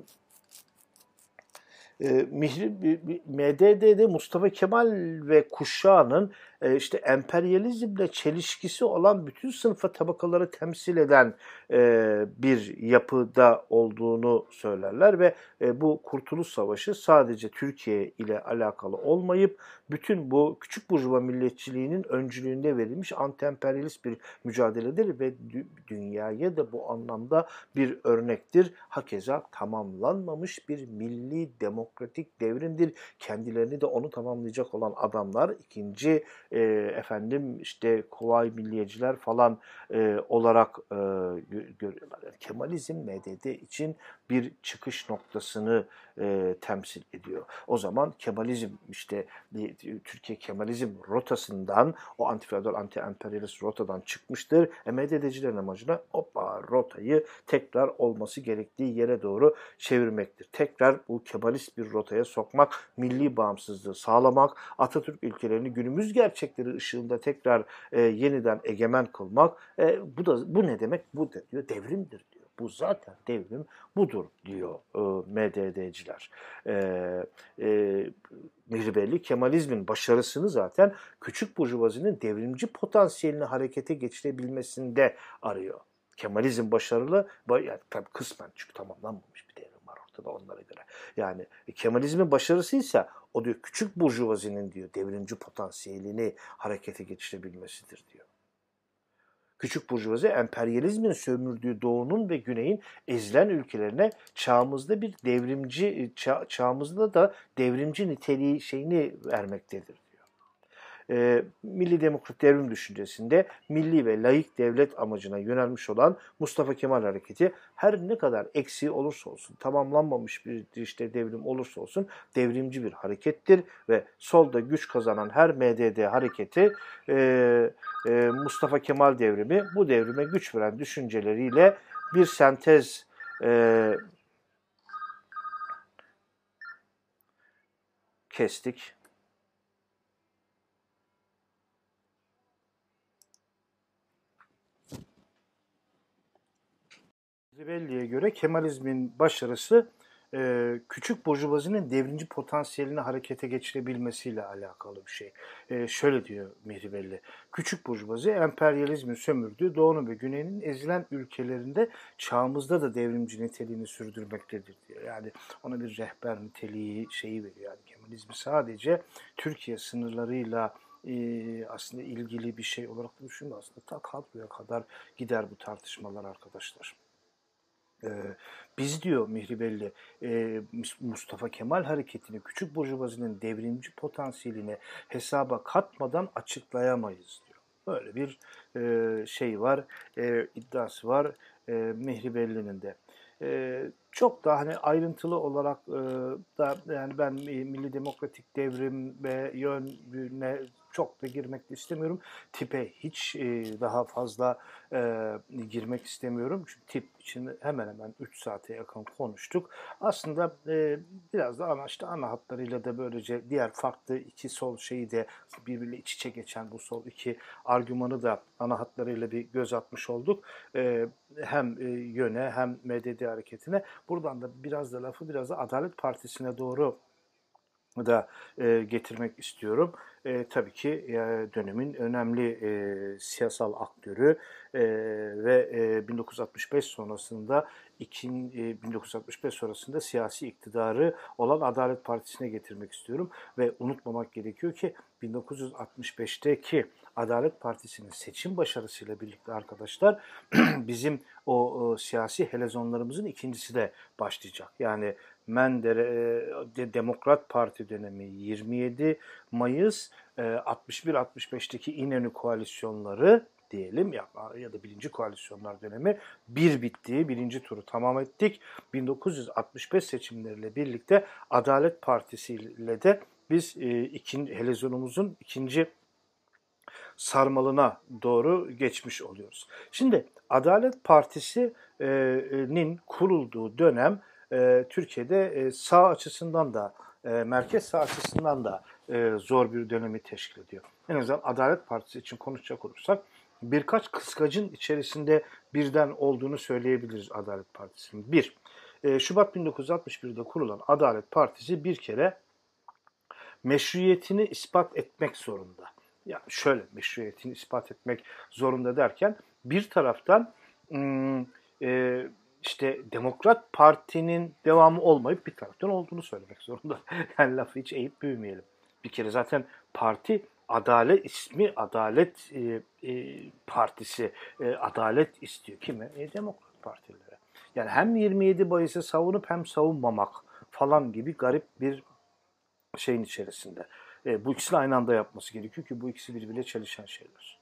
e, Mihri, M D D'de Mustafa Kemal ve kuşağının e, işte emperyalizmle çelişkisi olan bütün sınıf ve tabakaları temsil eden e, bir yapıda olduğunu söylerler ve e, bu Kurtuluş Savaşı sadece Türkiye ile alakalı olmayıp bütün bu küçük burjuva milliyetçiliğinin öncülüğünde verilmiş anti-emperyalist bir mücadeledir ve dü- dünyaya da bu anlamda bir örnektir. Hakeza tamamlanmamış bir milli demokratik devrimdir. Kendilerini de onu tamamlayacak olan adamlar ikinci e, efendim işte kolay milliyetçiler falan e, olarak e, görüyorlar. Yani Kemalizm M D D için bir çıkış noktasını e, temsil ediyor. O zaman Kemalizm işte Türkiye Kemalizm rotasından o antifeodal, anti-emperyalist rotadan çıkmıştır. E, M D D'cilerin amacına hoppa rotayı tekrar olması gerektiği yere doğru çevirmektir. Tekrar bu Kemalist bir rotaya sokmak, milli bağımsızlığı sağlamak, Atatürk ülkelerini günümüz gerçekleri ışığında tekrar e, yeniden egemen kılmak. E, bu da bu ne demek? Bu da diyor devrimdir diyor. Bu zaten devrim budur diyor e, M D D'ciler. E, e, Mihri Belli Kemalizmin başarısını zaten küçük burjuvazinin devrimci potansiyelini harekete geçirebilmesinde arıyor. Kemalizm başarılı, yani tabii kısmen çünkü tamamlanmamış bir devrim var ortada onlara göre. Yani Kemalizmin başarısı ise o diyor küçük burjuvazinin diyor devrimci potansiyelini harekete geçirebilmesidir diyor. Küçük burjuvazi emperyalizmin sömürdüğü doğunun ve güneyin ezilen ülkelerine çağımızda bir devrimci çağ, çağımızda da devrimci niteliği şeyini vermektedir. E, Milli Demokrat Devrim düşüncesinde milli ve laik devlet amacına yönelmiş olan Mustafa Kemal Hareketi her ne kadar eksiği olursa olsun, tamamlanmamış bir işte devrim olursa olsun devrimci bir harekettir ve solda güç kazanan her M D D hareketi e, e, Mustafa Kemal devrimi bu devrime güç veren düşünceleriyle bir sentez e, kestik. Belli'ye göre Kemalizmin başarısı e, küçük burjuvazinin devrimci potansiyelini harekete geçirebilmesiyle alakalı bir şey. E, şöyle diyor Mihri Belli. Küçük burjuvazi emperyalizmin sömürdüğü Doğu'nun ve Güney'in ezilen ülkelerinde çağımızda da devrimci niteliğini sürdürmektedir diyor. Yani ona bir rehber niteliği şeyi veriyor. Yani Kemalizmi sadece Türkiye sınırlarıyla e, aslında ilgili bir şey olarak düşünme, aslında ta kadroya kadar gider bu tartışmalar arkadaşlar. Ee, biz diyor Mihri Belli, e, Mustafa Kemal hareketini küçük burjuvazinin devrimci potansiyelini hesaba katmadan açıklayamayız diyor. Böyle bir e, şey var, e, iddiası var e, Mihri Belli'nin de. E, çok da hani ayrıntılı olarak e, da yani ben Milli Demokratik Devrim ve yönüne çok da girmek de istemiyorum. Tipe hiç e, daha fazla e, girmek istemiyorum. Çünkü tip için hemen hemen üç saate yakın konuştuk. Aslında e, biraz da ana, işte ana hatlarıyla da böylece diğer farklı iki sol şeyi de birbiriyle iç içe geçen bu sol iki argümanı da ana hatlarıyla bir göz atmış olduk. E, hem e, yöne hem M D D hareketine. Buradan da biraz da lafı biraz da Adalet Partisi'ne doğru da e, getirmek istiyorum. E, tabii ki e, dönemin önemli e, siyasal aktörü e, ve e, bin dokuz yüz altmış beş sonrasında ikin, e, bin dokuz yüz altmış beş sonrasında siyasi iktidarı olan Adalet Partisi'ne getirmek istiyorum ve unutmamak gerekiyor ki bin dokuz yüz altmış beşteki Adalet Partisi'nin seçim başarısıyla birlikte arkadaşlar bizim o, o siyasi helezonlarımızın ikincisi de başlayacak. Yani Mendere e, Demokrat Parti dönemi yirmi yedi Mayıs e, altmış bir altmış beşteki İnönü koalisyonları diyelim ya, ya da birinci koalisyonlar dönemi bir bitti. Birinci turu tamam ettik. bin dokuz yüz altmış beş seçimleriyle birlikte Adalet Partisi ile de biz e, ikinci, helezonumuzun ikinci sarmalına doğru geçmiş oluyoruz. Şimdi Adalet Partisi'nin kurulduğu dönem e, Türkiye'de e, sağ açısından da e, merkez sağ açısından da e, zor bir dönemi teşkil ediyor. En azından Adalet Partisi için konuşacak olursak birkaç kıskacın içerisinde birden olduğunu söyleyebiliriz Adalet Partisi'nin. Bir, e, Şubat bin dokuz yüz altmış birde kurulan Adalet Partisi bir kere meşruiyetini ispat etmek zorunda. Yani şöyle meşruiyetini ispat etmek zorunda derken bir taraftan e, işte Demokrat Parti'nin devamı olmayıp bir taraftan olduğunu söylemek zorunda. Yani lafı hiç eğip büyümeyelim. Bir kere zaten parti Adalet ismi Adalet e, e, Partisi e, adalet istiyor. Kime? E, Demokrat Partilere. Yani hem yirmi yedi Mayıs'ı savunup hem savunmamak falan gibi garip bir şeyin içerisinde. E, bu ikisini aynı anda yapması gerekiyor ki bu ikisi birbiriyle çelişen şeyler.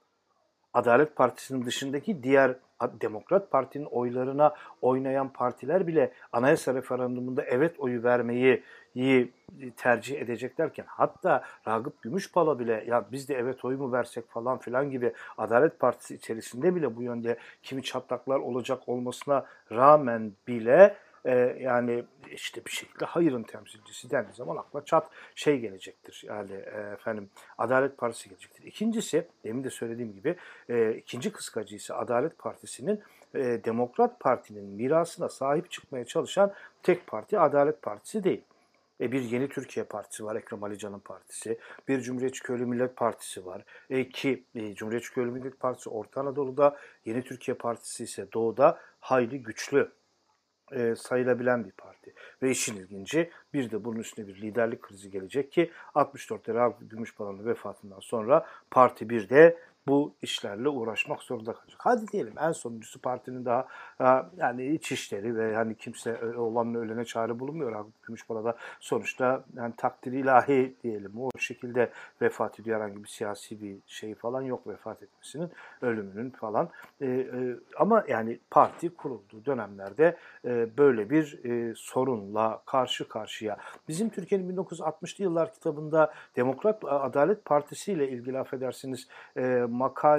Adalet Partisi'nin dışındaki diğer Demokrat Parti'nin oylarına oynayan partiler bile anayasa referandumunda evet oyu vermeyi iyi tercih edeceklerken hatta Ragıp Gümüşpala bile ya biz de evet oyu mu versek falan filan gibi Adalet Partisi içerisinde bile bu yönde kimi çatlaklar olacak olmasına rağmen bile e, yani işte bir şekilde hayırın temsilcisi dendiği zaman akla çat şey gelecektir. Yani e, efendim Adalet Partisi gelecektir. İkincisi demin de söylediğim gibi e, ikinci kıskacı ise Adalet Partisi'nin e, Demokrat Parti'nin mirasına sahip çıkmaya çalışan tek parti Adalet Partisi değil. E, bir Yeni Türkiye Partisi var, Ekrem Ali partisi. Bir Cumhuriyetçi Köylü Millet Partisi var. E, ki e, Cumhuriyetçi Köylü Millet Partisi Orta Anadolu'da, Yeni Türkiye Partisi ise Doğu'da hayli güçlü e, sayılabilen bir parti. Ve işin ilginci bir de bunun üstüne bir liderlik krizi gelecek ki altmış dörtte Ragıp Gümüşpala'nın vefatından sonra parti bir de bu işlerle uğraşmak zorunda kalacak. Hadi diyelim en sonuncusu partinin daha yani iç işleri ve hani kimse olanla ölene çare bulunmuyor. Ragıp Gümüşpala'da sonuçta yani takdir ilahi diyelim o şekilde vefat ediyor. Herhangi bir siyasi bir şey falan yok vefat etmesinin, ölümünün falan. E, e, ama yani parti kurulduğu dönemlerde e, böyle bir e, sorunla karşı karşıya. Bizim Türkiye'nin bin dokuz yüz altmışlı yıllar kitabında Demokrat Adalet Partisi ile ilgili affedersiniz e,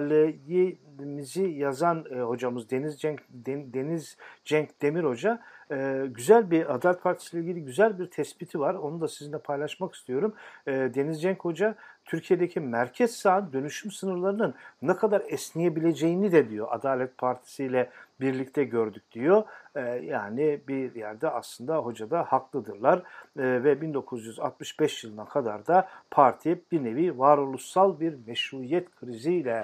makalemizi yazan e, hocamız Deniz Cenk, Den, Deniz Cenk Demir Hoca e, güzel bir Adalet Partisi ile ilgili güzel bir tespiti var. Onu da sizinle paylaşmak istiyorum. E, Deniz Cenk Hoca Türkiye'deki merkez sağ dönüşüm sınırlarının ne kadar esneyebileceğini de diyor Adalet Partisi ile birlikte gördük diyor. E, yani bir yerde aslında hoca da haklıdırlar. E, ve bin dokuz yüz altmış beş yılına kadar da parti bir nevi varoluşsal bir meşruiyet kriziyle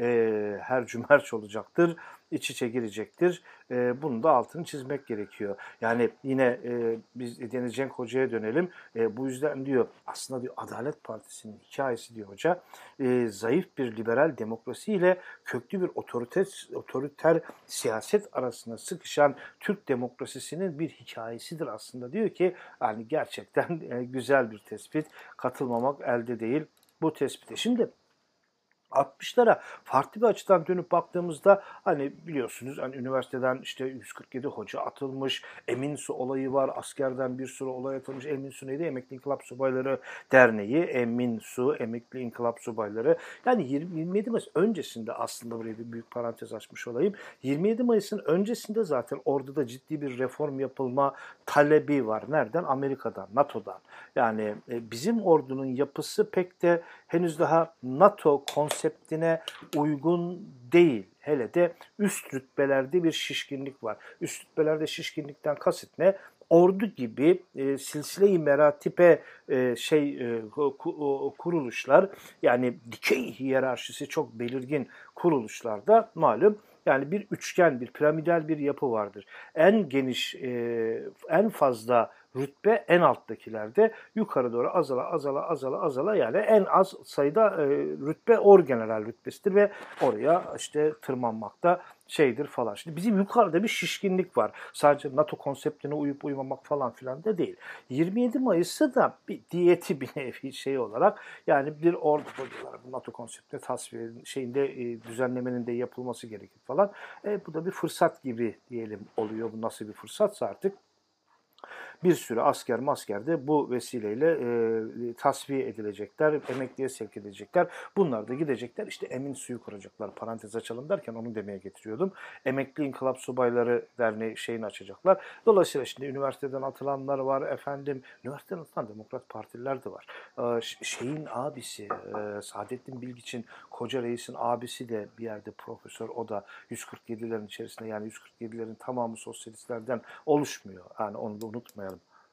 e, hercümerç olacaktır, iç içe girecektir. E, bunu da altını çizmek gerekiyor. Yani yine e, biz Deniz Cenk Hoca'ya dönelim. E, bu yüzden diyor aslında diyor Adalet Partisi'nin hikayesi diyor hoca e, zayıf bir liberal demokrasiyle köklü bir otoriter, otoriter siyaset arasında sıkışan Türk demokrasisinin bir hikayesidir aslında. Diyor ki yani gerçekten e, güzel bir tespit. Katılmamak elde değil bu tespite. Şimdi altmışlara farklı bir açıdan dönüp baktığımızda hani biliyorsunuz hani üniversiteden işte yüz kırk yedi hoca atılmış, Emin Su olayı var, askerden bir sürü olay atılmış. Emin Su neydi? Emekli İnkılap Subayları Derneği, Emin Su, Emekli İnkılap Subayları. Yani yirmi yedi Mayıs öncesinde aslında buraya bir büyük parantez açmış olayım. yirmi yedi Mayıs'ın öncesinde zaten orada da ciddi bir reform yapılma talebi var. Nereden? Amerika'dan, NATO'dan. Yani bizim ordunun yapısı pek de henüz daha NATO konseptine uygun değil. Hele de üst rütbelerde bir şişkinlik var. Üst rütbelerde şişkinlikten kasıt ne? Ordu gibi e, silsile-i meratibe e, şey e, kuruluşlar yani dikey hiyerarşisi çok belirgin kuruluşlarda malum yani bir üçgen, bir piramidal bir yapı vardır. En geniş, e, en fazla rütbe en alttakilerde yukarı doğru azala azala azala azala yani en az sayıda e, rütbe orgeneral rütbesidir ve oraya işte tırmanmakta şeydir falan. Şimdi bizim yukarıda bir şişkinlik var. Sadece NATO konseptine uyup uymamak falan filan da değil. yirmi yedi Mayıs'ı da bir diyeti bir nevi şey olarak yani bir ordu NATO konseptine tasfiye şeyinde e, düzenlemenin de yapılması gerekir falan. E, bu da bir fırsat gibi diyelim oluyor. Bu nasıl bir fırsatsa artık bir sürü asker masker de bu vesileyle e, tasfiye edilecekler, emekliye sevk edilecekler. Bunlar da gidecekler işte Emin Su'yu kuracaklar. Parantez açalım derken onu demeye getiriyordum. Emekli İnkılap Subayları Derneği şeyini açacaklar. Dolayısıyla şimdi üniversiteden atılanlar var efendim. Üniversiteden atılan Demokrat Partililer de var. E, şeyin abisi, e, Saadettin Bilgiç'in koca reisin abisi de bir yerde profesör. O da yüz kırk yedilerin içerisinde yani yüz kırk yedilerin tamamı sosyalistlerden oluşmuyor. Yani onu da unutmayalım.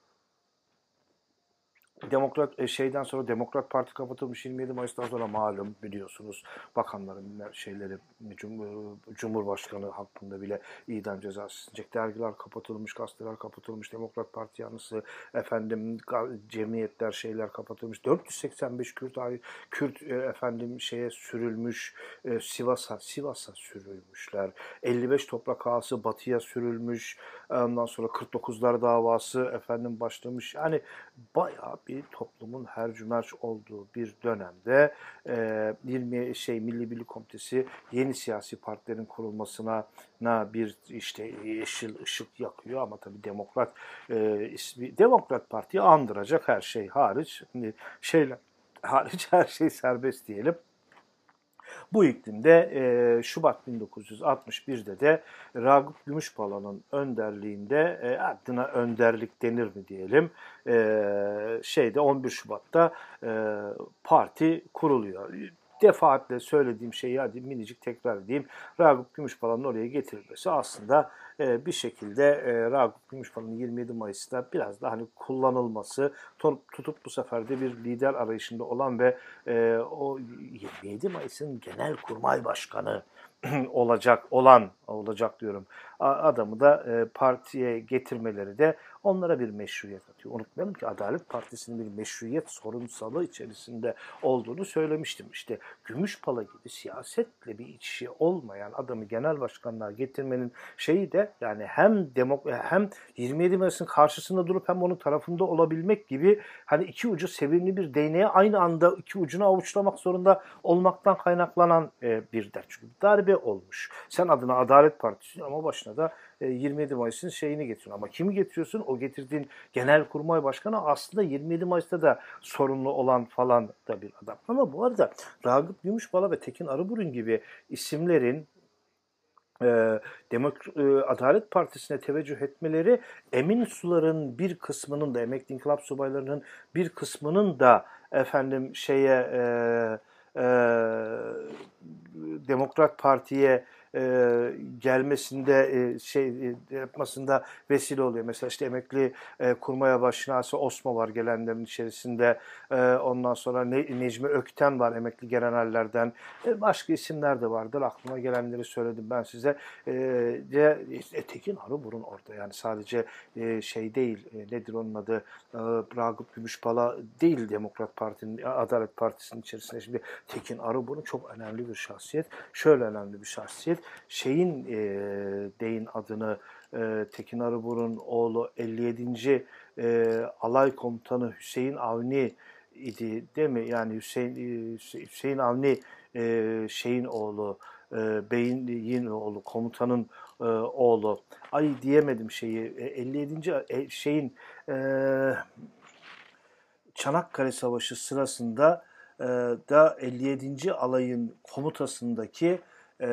Demokrat şeyden sonra Demokrat Parti kapatılmış yirmi yedi Mayıs'tan sonra malum biliyorsunuz bakanların şeyleri Cumhurbaşkanı hakkında bile idam cezası isteyecek. Dergiler kapatılmış, gazeteler kapatılmış, Demokrat Parti yanlısı efendim cemiyetler şeyler kapatılmış. dört yüz seksen beş Kürt Kürt efendim şeye sürülmüş, Sivas'a Sivas'a sürülmüşler. elli beş toprak ağası batıya sürülmüş. Ondan sonra kırk dokuzlar davası efendim başlamış. Yani bayağı bir toplumun hercümerç olduğu bir dönemde e, yirmi şey Milli Birlik Komitesi yeni siyasi partilerin kurulmasına na bir işte yeşil ışık yakıyor ama tabii Demokrat e, ismi Demokrat Parti'yi andıracak her şey hariç şeyler hariç her şey serbest diyelim. Bu iklimde e, Şubat bin dokuz yüz altmış bir'de de Ragıp Gümüşpala'nın önderliğinde e, adına önderlik denir mi diyelim e, şeyde on bir Şubat'ta e, parti kuruluyor. Defaatle söylediğim şeyi hadi minicik tekrar edeyim. Ragıp Gümüşpala'nın oraya getirilmesi aslında e, bir şekilde e, Ragıp Gümüşpala'nın yirmi yedi Mayıs'ta biraz daha hani kullanılması, tutup bu sefer de bir lider arayışında olan ve e, o yirmi yedi Mayıs'ın Genelkurmay Başkanı olacak olan olacak diyorum adamı da e, partiye getirmeleri de onlara bir meşruiyet atıyor. Unutmayalım ki Adalet Partisi'nin bir meşruiyet sorunsalı içerisinde olduğunu söylemiştim. İşte Gümüşpala gibi siyasetle bir içi olmayan adamı genel başkanlığa getirmenin şeyi de yani hem demok hem yirmi yedi Mayıs'ın karşısında durup hem onun tarafında olabilmek gibi hani iki ucu sevimli bir değneğe aynı anda iki ucunu avuçlamak zorunda olmaktan kaynaklanan e, bir dert. Çünkü darbe olmuş. Sen adına Adalet Partisi ama başına da yirmi yedi Mayıs'ın şeyini getiriyorsun. Ama kimi getiriyorsun? O getirdiğin Genelkurmay Başkanı aslında yirmi yedi Mayıs'ta da sorumlu olan falan da bir adam. Ama bu arada Ragıp Gümüşpala ve Tekin Arıburun gibi isimlerin e, Demok e, Adalet Partisi'ne teveccüh etmeleri emin suların bir kısmının da emekli inkılap subaylarının bir kısmının da efendim şeye e, e, Demokrat Parti'ye e, gelmesinde e, şey e, yapmasında vesile oluyor. Mesela işte emekli e, kurmay başkanı Osmo var gelenlerin içerisinde. E, ondan sonra ne, Necmi Ökten var emekli generallerden. E, başka isimler de vardır. Aklıma gelenleri söyledim ben size. E, de, e, Tekin Arıburun orada yani sadece e, şey değil. E, nedir onun adı? E, Ragıp Gümüşpala değil Demokrat Parti'nin Adalet Partisi'nin içerisinde. Şimdi Tekin Arıburun çok önemli bir şahsiyet. Şöyle önemli bir şahsiyet. Şeyin e, deyin adını e, Tekin Arıburun oğlu elli yedinci E, Alay Komutanı Hüseyin Avni idi değil mi? Yani Hüseyin e, Hüseyin Avni e, şeyin oğlu e, Bey'in oğlu komutanın e, oğlu. Ay diyemedim şeyi. E, elli yedinci E, şeyin e, Çanakkale Savaşı sırasında e, da elli yedinci alayın komutasındaki e,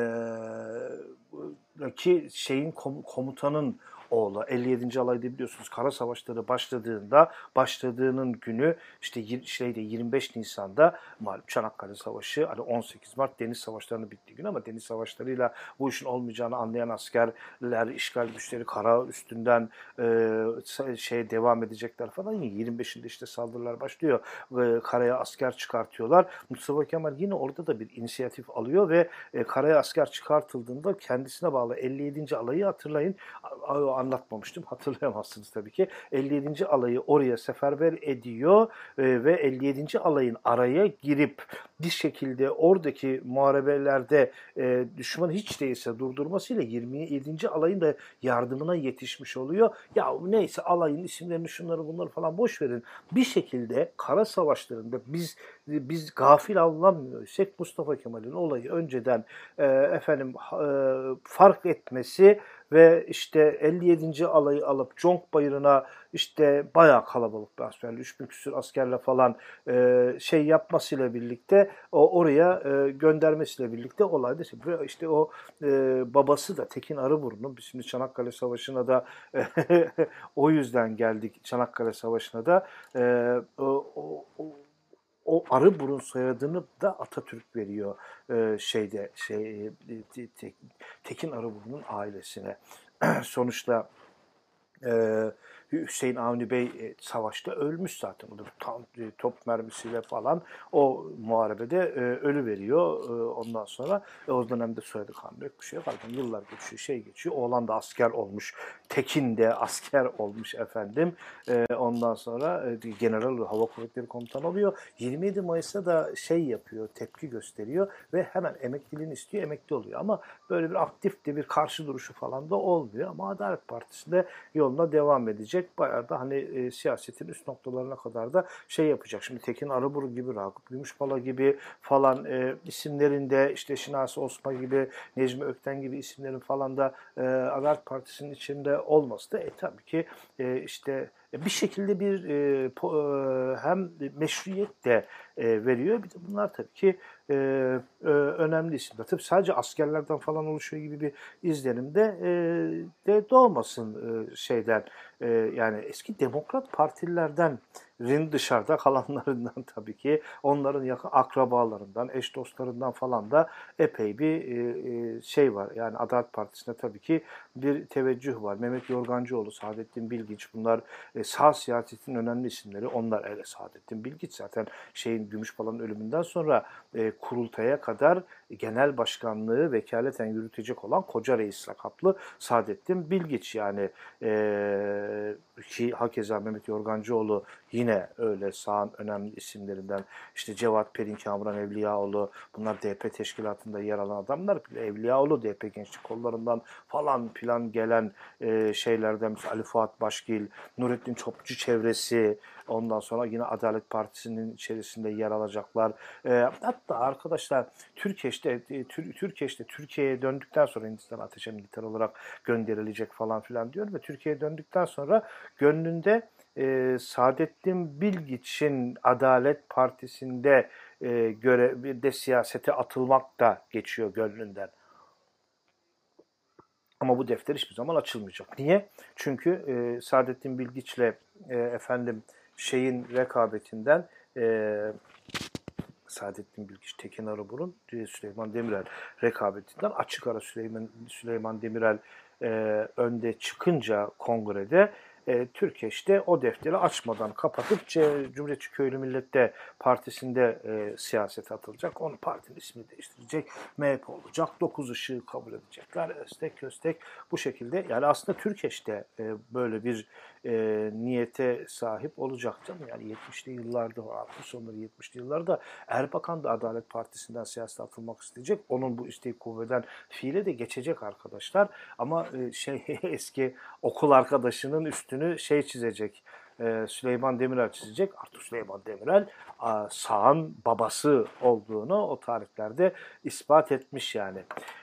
ki şeyin komutanın oğlu elli yedinci alayda biliyorsunuz kara savaşları başladığında başladığının günü işte şeyde yirmi beş Nisan'da malum Çanakkale Savaşı hani on sekiz Mart deniz savaşlarının bittiği gün ama deniz savaşlarıyla bu işin olmayacağını anlayan askerler işgal güçleri kara üstünden e, şeye devam edecekler falan yirmi beşinde işte saldırılar başlıyor. E, karaya asker çıkartıyorlar. Mustafa Kemal yine orada da bir inisiyatif alıyor ve e, karaya asker çıkartıldığında kendisine bağlı elli yedinci alayı hatırlayın. Anlatmamıştım. Hatırlayamazsınız tabii ki. elli yedinci alayı oraya seferber ediyor e, ve elli yedinci alayın araya girip bir şekilde oradaki muharebelerde e, düşmanı hiç değilse durdurmasıyla yirmi yedinci alayın da yardımına yetişmiş oluyor. Ya neyse alayın isimlerini şunları bunları falan boş verin. Bir şekilde kara savaşlarında biz biz gafil avlanmıyorsak Mustafa Kemal'in olayı önceden e, efendim e, fark etmesi ve işte elli yedinci alayı alıp Conk Bayırı'na işte bayağı kalabalık bir askerle, üç bin küsur askerle falan e, şey yapmasıyla birlikte o oraya e, göndermesiyle birlikte olayda işte, işte o e, babası da Tekin Arıburun'un biz şimdi Çanakkale Savaşı'na da o yüzden geldik Çanakkale Savaşı'na da e, o, o, o o Arıburun soyadını da Atatürk veriyor e, şeyde şey e, te, Tekin Arıburun'un ailesine. Sonuçta e, Hüseyin Avni Bey e, savaşta ölmüş zaten. O da tam, e, top mermisiyle falan o muharebede e, ölü veriyor. E, ondan sonra e, o dönemde soyadı kanunda yok bir şey yok. Yıllar geçiyor, şey geçiyor. Oğlan da asker olmuş. Tekin de asker olmuş efendim. E, ondan sonra e, General Hava Kuvvetleri Komutanı oluyor. yirmi yedi Mayıs'ta da şey yapıyor, tepki gösteriyor ve hemen emekliliğini istiyor, emekli oluyor. Ama böyle bir aktif de bir karşı duruşu falan da olmuyor. Ama Adalet Partisi'nde yoluna devam edecek. Bayağı da hani e, siyasetin üst noktalarına kadar da şey yapacak. Şimdi Tekin Arıburun gibi, Ragıp Gümüşpala gibi falan e, isimlerinde işte Şinasi Osman gibi, Necmi Ökten gibi isimlerin falan da e, Adalet Partisi'nin içinde olması da e, tabii ki e, işte bir şekilde bir e, po, e, hem meşruiyet de e, veriyor. Bir de bunlar tabii ki e, e, önemli isimler. Tabii sadece askerlerden falan oluşuyor gibi bir izlenim de, e, de doğmasın e, şeyden. E, yani eski demokrat partililerden dışarıda kalanlarından tabii ki onların yakın akrabalarından, eş dostlarından falan da epey bir e, şey var. Yani Adalet Partisi'ne tabii ki bir teveccüh var. Mehmet Yorgancıoğlu, Saadettin Bilgiç bunlar e, sağ siyasetin önemli isimleri. Onlar öyle Saadettin Bilgiç zaten şeyin Gümüşpala'nın ölümünden sonra e, kurultaya kadar genel başkanlığı vekaleten yürütecek olan Koca Reis lakaplı Saadettin Bilgiç yani e, ki hakeza Mehmet Yorgancıoğlu yine öyle sağın önemli isimlerinden işte Cevat Pelin, Kamuran Evliyaoğlu bunlar D P teşkilatında yer alan adamlar. Evliyaoğlu D P gençlik kollarından falan filan gelen e, şeylerden mesela Ali Fuat Başgil, Nurettin Çopçu çevresi ondan sonra yine Adalet Partisi'nin içerisinde yer alacaklar. E, hatta arkadaşlar Türkeş'te Türkeş'te Türkiye'ye döndükten sonra Hindistan ateşe militer olarak gönderilecek falan filan diyor ve Türkiye'ye döndükten sonra gönlünde e, Saadettin Bilgiç'in Adalet Partisi'nde e, göre bir de siyasete atılmak da geçiyor gönlünden. Ama bu defter hiçbir zaman açılmayacak. Niye? Çünkü e, Saadettin Bilgiç'le e, efendim şeyin rekabetinden e, Saadettin Bilgiç, Tekin Arıburun, Süleyman Demirel rekabetinden açık ara Süleyman, Süleyman Demirel e, önde çıkınca kongrede e, Türkeş'te o defteri açmadan kapatıp Cumhuriyetçi Köylü Millet'te partisinde e, siyasete atılacak. Onun partinin ismini değiştirecek. M H P olacak. Dokuz ışığı kabul edecekler. Öztek, Köstek bu şekilde. Yani aslında Türkeş'te e, böyle bir e, niyete sahip olacak canım. Yani yetmişli yıllarda, altmış sonları yetmişli yıllarda Erbakan da Adalet Partisi'nden siyasete atılmak isteyecek. Onun bu isteği kuvveden fiile de geçecek arkadaşlar. Ama e, şey eski okul arkadaşının üstünü şey çizecek. E, Süleyman Demirel çizecek. Artık Süleyman Demirel sağın babası olduğunu o tarihlerde ispat etmiş yani.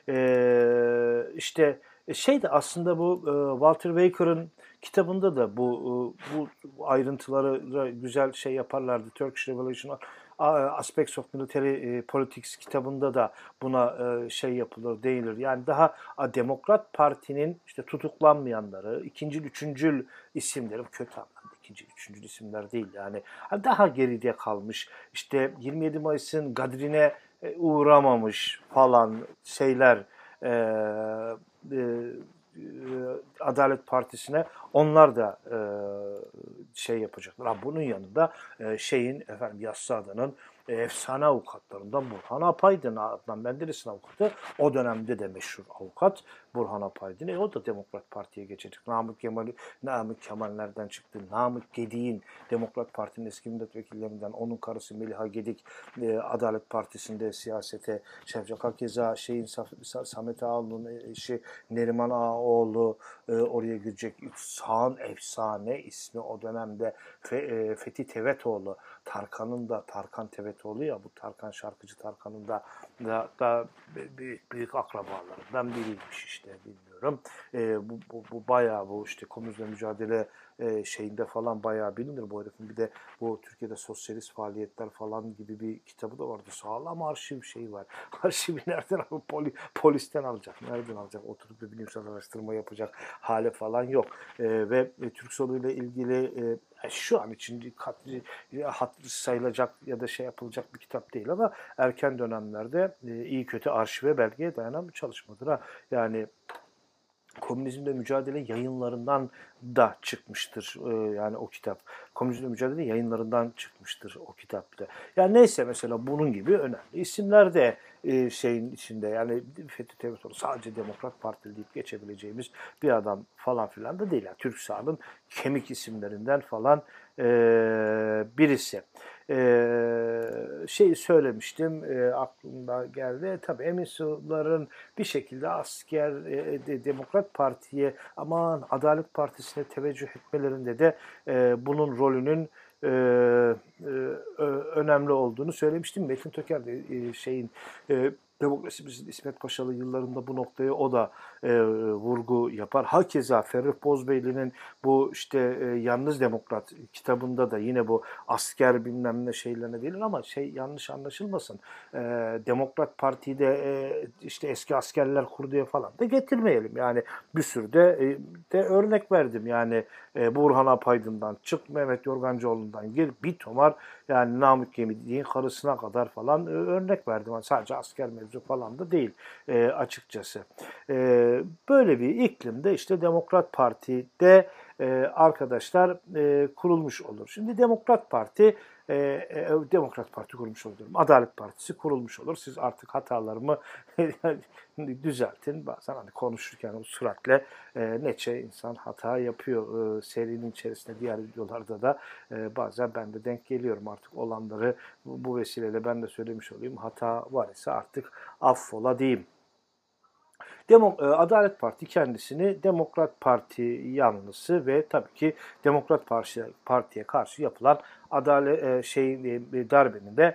E, işte şey de aslında bu e, Walter Waker'ın kitabında da bu bu ayrıntıları güzel şey yaparlardı. Turkish Revolution Aspects of Military Politics kitabında da buna şey yapılır, değinir. Yani daha Demokrat Parti'nin işte tutuklanmayanları, ikincil, üçüncül isimleri, kötü anlamda ikincil, üçüncül isimler değil yani. Daha geride kalmış, işte yirmi yedi Mayıs'ın gadrine uğramamış falan şeyler, e, e, Adalet Partisi'ne onlar da e, şey yapacaklar. Ha, bunun yanında e, şeyin efendim Yassıada'nın e, efsane avukatlarından Burhan Apaydın, Adnan Menderes'in avukatı. O dönemde de meşhur avukat Burhan Apaydın. E, o da Demokrat Parti'ye geçecek. Namık Kemal, Namık Kemal nereden çıktı? Namık Gedik'in Demokrat Parti'nin eski milletvekillerinden, onun karısı Meliha Gedik e, Adalet Partisi'nde siyasete şey yapacak. Hakeza şeyin Samet Ağaoğlu'nun eşi Neriman Ağaoğlu e, oraya girecek. Sağın efsane ismi o dönemde Fe, e, Fethi Tevetoğlu. Tarkan'ın da Tarkan Tevetoğlu ya, bu Tarkan şarkıcı Tarkan'ın da da, da büyük, büyük akrabalarından biriymiş işte, bilmiyorum. E, bu, bu, bu bayağı bu işte komünizmle mücadele e, şeyinde falan bayağı bilinir bu herifin. Bir de bu Türkiye'de sosyalist faaliyetler falan gibi bir kitabı da vardı. Sağlam arşiv şeyi var. Arşivi nereden alacak? Poli, polisten alacak. Nereden alacak? Oturup bir bilimsel araştırma yapacak hali falan yok. E, ve e, Türk soluyla ilgili e, şu an için hatırı sayılacak ya da şey yapılacak bir kitap değil ama erken dönemlerde e, iyi kötü arşive belgeye dayanan bir çalışmadır. Ha. Yani Komünizmle Mücadele yayınlarından da çıkmıştır e, yani o kitap. Komünizmle Mücadele yayınlarından çıkmıştır o kitapta. Yani neyse, mesela bunun gibi önemli isimler de e, şeyin içinde, yani Fethi Tevetoğlu sadece Demokrat Parti deyip geçebileceğimiz bir adam falan filan da değil. Yani Türk sağının kemik isimlerinden falan e, birisi. Ee, şey söylemiştim, e, aklımda geldi. Tabii Emin Sular'ın bir şekilde asker e, de, Demokrat Parti'ye, aman Adalet Partisi'ne teveccüh etmelerinde de e, bunun rolünün e, e, önemli olduğunu söylemiştim. Metin Töker de e, şeyin e, Demokrasimizin İsmet Paşalı yıllarında bu noktaya o da e, vurgu yapar. Hakeza Ferruh Bozbeyli'nin bu işte e, Yalnız Demokrat kitabında da yine bu asker bilmem ne şeylerine değil ama şey yanlış anlaşılmasın. E, Demokrat Parti'de e, işte eski askerler kurduya falan da getirmeyelim. Yani bir sürü de, e, de örnek verdim. Yani e, Burhan Apaydın'dan çık, Mehmet Yorgancıoğlu'ndan gir, bir tomar yani Namık Kemal'in karısına kadar falan e, örnek verdim. Yani sadece asker mevzu falan da değil e, açıkçası. E, böyle bir iklimde işte Demokrat Parti'de e, arkadaşlar e, kurulmuş olur. Şimdi Demokrat Parti e, e, Demokrat Parti kurulmuş olur diyorum. Adalet Partisi kurulmuş olur. Siz artık hatalarımı düzeltin. Bazen hani konuşurken o süratle e, neçe insan hata yapıyor. E, serinin içerisinde diğer videolarda da e, bazen ben de denk geliyorum. Artık olanları bu, bu vesileyle ben de söylemiş olayım. Hata var ise artık affola diyeyim. Demo, Adalet Parti kendisini Demokrat Parti yanlısı ve tabii ki Demokrat Parti, Parti'ye karşı yapılan adalet şey darbenin de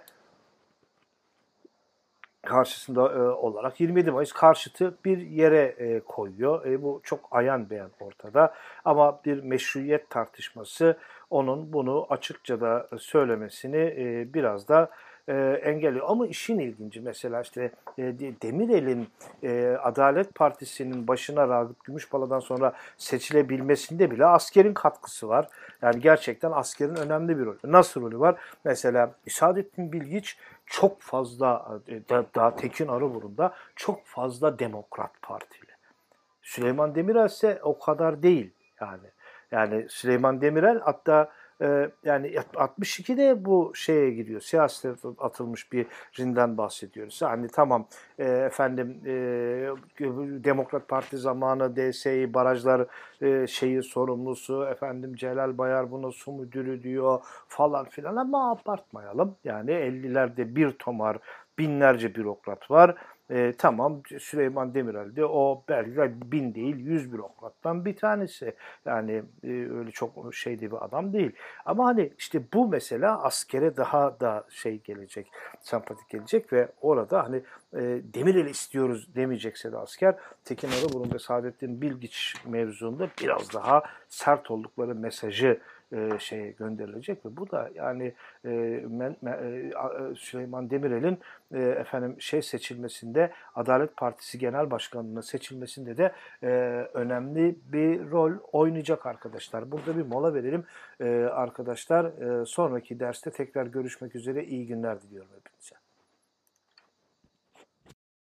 karşısında e, olarak yirmi yedi Mayıs karşıtı bir yere e, koyuyor. E, bu çok ayan beyan ortada ama bir meşruiyet tartışması onun bunu açıkça da söylemesini e, biraz da e, engelliyor. Ama işin ilginci mesela işte e, Demirel'in e, Adalet Partisi'nin başına Ragıp Gümüşpala'dan sonra seçilebilmesinde bile askerin katkısı var. Yani gerçekten askerin önemli bir rolü. Nasıl rolü var? Mesela Saadettin Bilgiç çok fazla, daha Tekin Arıburun'da çok fazla Demokrat Partili. Süleyman Demirel ise o kadar değil yani. Yani Süleyman Demirel hatta e, yani altmış ikide bu şeye giriyor. Siyasete atılmış birinden bahsediyoruz. Hani tamam e, efendim e, Demokrat Parti zamanı D S İ barajlar e, şeyi sorumlusu efendim Celal Bayar buna su müdürü diyor falan filan ama abartmayalım. Yani ellilerde bir tomar binlerce bürokrat var. E, tamam Süleyman Demirel de o belki de bin değil yüz bürokrattan bir tanesi. Yani e, öyle çok şeydi bir adam değil. Ama hani işte bu mesela askere daha da şey gelecek, sempatik gelecek ve orada hani e, Demirel'i istiyoruz demeyecekse de asker Tekin Arıburun ve Saadettin Bilgiç mevzuunda biraz daha sert oldukları mesajı e, şeye gönderilecek ve bu da yani e, men, me, e, Süleyman Demirel'in e, efendim şey seçilmesinde Adalet Partisi Genel Başkanlığı'na seçilmesinde de e, önemli bir rol oynayacak arkadaşlar. Burada bir mola verelim e, arkadaşlar. E, sonraki derste tekrar görüşmek üzere. İyi günler diliyorum hepinize.